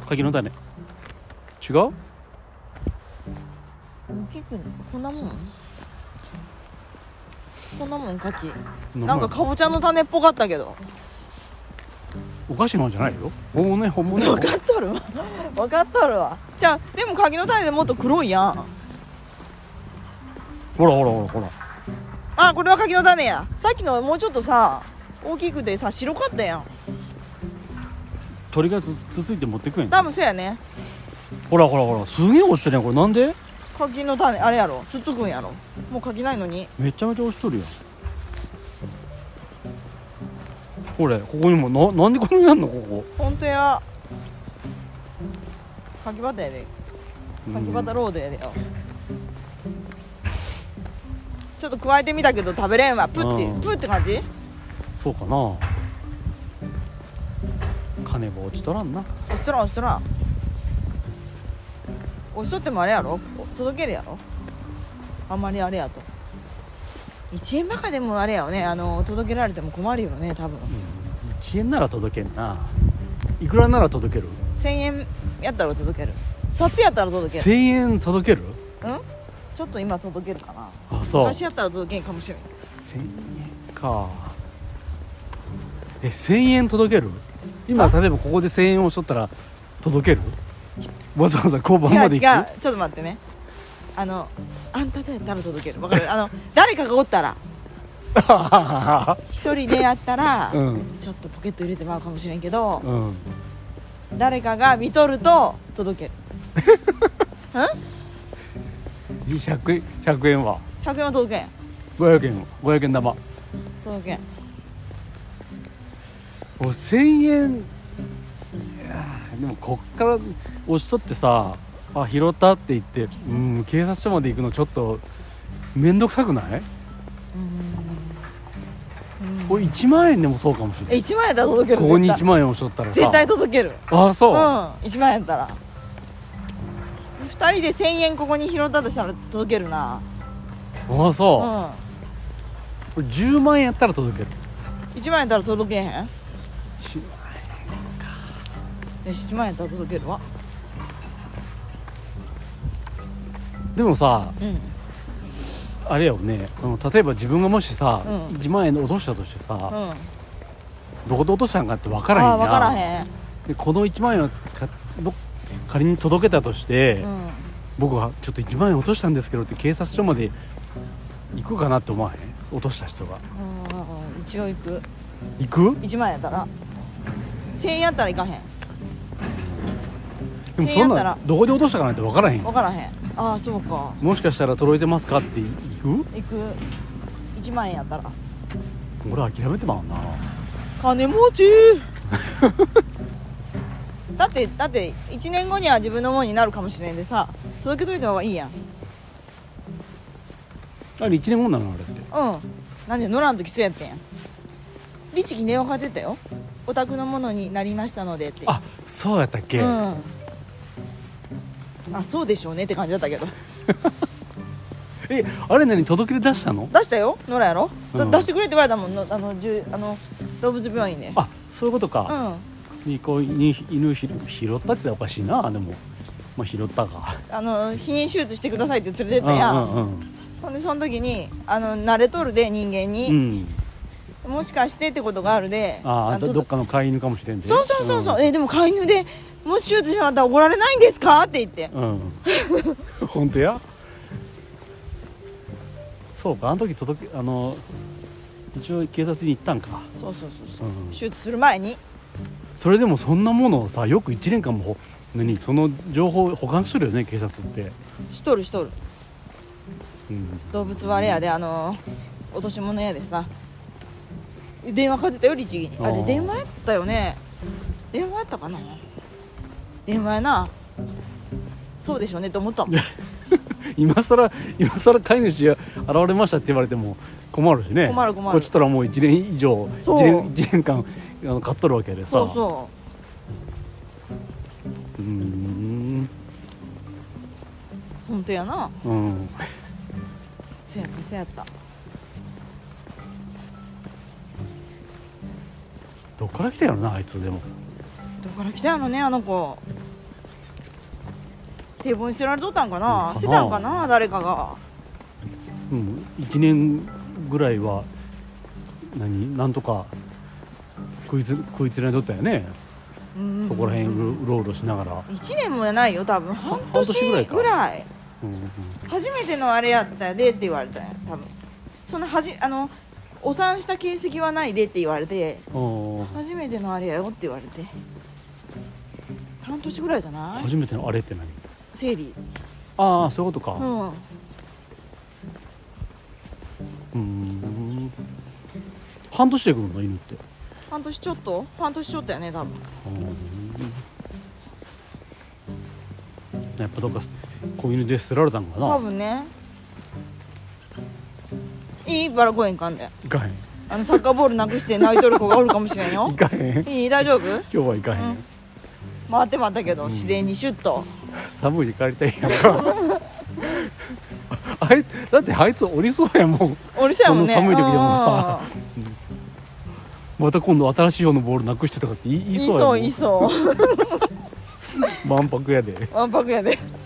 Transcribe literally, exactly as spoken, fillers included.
柿の種違う？ 大きくこんなもんこんなもん柿なんかかぼちゃの種っぽかったけどお菓子なんじゃないよ。本物ね本物ね。 分かっとるわ分かっとるわ。じゃあでも柿の種でもっと黒いやん。 ほらほらほらほら。 あ、これは柿の種や。さっきのはもうちょっとさ大きくてさ白かったやん。 鳥がつつついて持ってくんやん。 多分そうやね。 ほらほらほらすげえ落ちてるやんこれ。なんで？ 柿の種あれやろつつくんやろ。もう柿ないのにめちゃめちゃ落ちとるやん。これここにもななんでこれやんのここ。 ほんとや。柿バタやで柿バタロードやでよ。ちょっと加えてみたけど食べれんわ。プッてうんプッって感じ。 そうかな。金も落ちとらんな。 おしとらんおしとらん。おしとってもあれやろ届けるやろ。あんまりあれやといちえんばかでもあれやよね。あの届けられても困るよね多分。 いちえんなら届けんな。いくらなら届ける？ せんえんやったら届ける。札やったら届ける。 せんえん届ける？ うんちょっと今届けるかな。 あ、そう。 昔やったら届けんかもしれん。 せんえんか。え、せんえん届ける？今例えばここでせんえんをしとったら届ける？わざわざ交番まで行く？ 違う違うちょっと待ってね。あのあんたとやったら届ける。わかる？あの誰かがおったら一人でやったら、 うん、 ちょっとポケット入れてもらうかもしれんけど、 うん、 誰かが見とると届ける。うんひゃくえん、ひゃくえんはひゃくえんは届けん。 ごひゃくえん、ごひゃくえん玉届けん。 おせんえん。いやでもこっから押しとってさあ拾ったって言ってうん警察署まで行くのちょっとめんどくさくない？ うんこれいちまんえんでもそうかもしれない。 えいちまん円やったら届ける。 ここにいち絶対まんえん押しとったらさ絶対届ける。 あそう、 うんいちまん円やったらふたりでせんえんここに拾ったとしたら届けるな。 あそう、 うこれじゅうまんえんやったら届ける。 んいちまん円やったら届けへん。 いちまんえいちまん円やったら届けるわ。 でもさうんあれよね、その例えば自分がもしさ、 うんいちまんえん落としたとしてさ、 うんどこで落としたんかって分からへんやん。 ああ分からへん。 でこのいちまんえんをかど仮に届けたとして、 うん僕はちょっといちまんえん落としたんですけどって警察署まで行くかなって思わへん？落とした人がうん一応行く。 行く？ いちまん円やったらせんえんやったら行かへん。 でもせんえんやったらそんなどこで落としたかなんて分からへん。 分からへん。ああそうかもしかしたら届いてますかって行く？ 行く。いちまん円やったら俺諦めてまうな。 金持ちだってだっていちねんごには自分のものになるかもしれんでさ届けといた方がいいやん。 あれいちねんごなのあれって。 うんなんで乗らんときそうやってんやん。律儀に電話かかってたよ。お宅のものになりましたのでって。 あそうやったっけ、 うんあそうでしょうねって感じだったけどえあれ何届け出出したの？ 出したよ野良やろ、だうん出してくれって言われたもんのあのじゅあの動物病院で。 あそういうことうか、 んにこうに犬ひ拾ったって言ったらおかしいな。でもまあ拾ったか。 あの避妊手術してくださいって連れてったやん、 うんうんほんでその時にあの慣れとるで人間うん、うに、 ん、 もしかしてってことがあるでああのどどっかの飼い犬かもしれんで。 そうそうそうそう、えでも飼い犬でもし手術してもらったら怒られないんですかって言って、 うん、うん、本当や。そうかあの時届けあの一応警察に行ったんか。 そうそうそうそう、 うん手術する前に。 それでもそんなものをさよくいちねんかんもほ何その情報保管してるよね警察って。 しとるしとる。 うん動物はあれやであの落とし物やでさ電話かけてたよ律儀に。あれあー電話やったよね。電話やったかな。電話やな。そうでしょうねと思ったもん今さら今さら飼い主が現れましたって言われても困るしね。 困る困るこっちとらもういちねん以上そういちねん、いちねんかんあの飼っとるわけでさ。 そうそううーん本当やな。 うんせやったせやった。 どっから来たやろなあいつ。でもどこから来たのねあの子。 堤防に捨てられとったんかな、 うんかな捨てたんかな誰かが。 うんいちねんぐらいは何なんとか食いつ食いつられとったよね、 うんそこら辺うろうろうろしながら、 いちねんもやないよ多分半半年年ぐらいかぐらい。 うんうん初めてのあれやったでって言われたんや多分。そんなはじあのお産した形跡はないでって言われて、 あー初めてのあれやよって言われて、半年ぐらいじゃない？ 初めてのあれって何？ 生理。 ああそういうことか、 うんうーん半年で来るの犬って。 半年ちょっと半年ちょっとやね多分。 やっぱどっか子犬で捨てられたんかな。 多分ね。いいバラ公園かんだよ。 行かへんあのサッカーボールなくして泣いとる子がおるかもしれんよ行。かへんいい大丈夫？ 今日は行かへん、 うん回ってまったけど、自然にシュッと。 寒いで帰りたいやんかあいだってあいつおりそうやもん。 俺そうやもんね。 この寒い時でもさまた今度新しい方のボールなくしてとかって言いうん。 言いいそうやもん。 そういそう。 満泊やで。 わんぱくやで。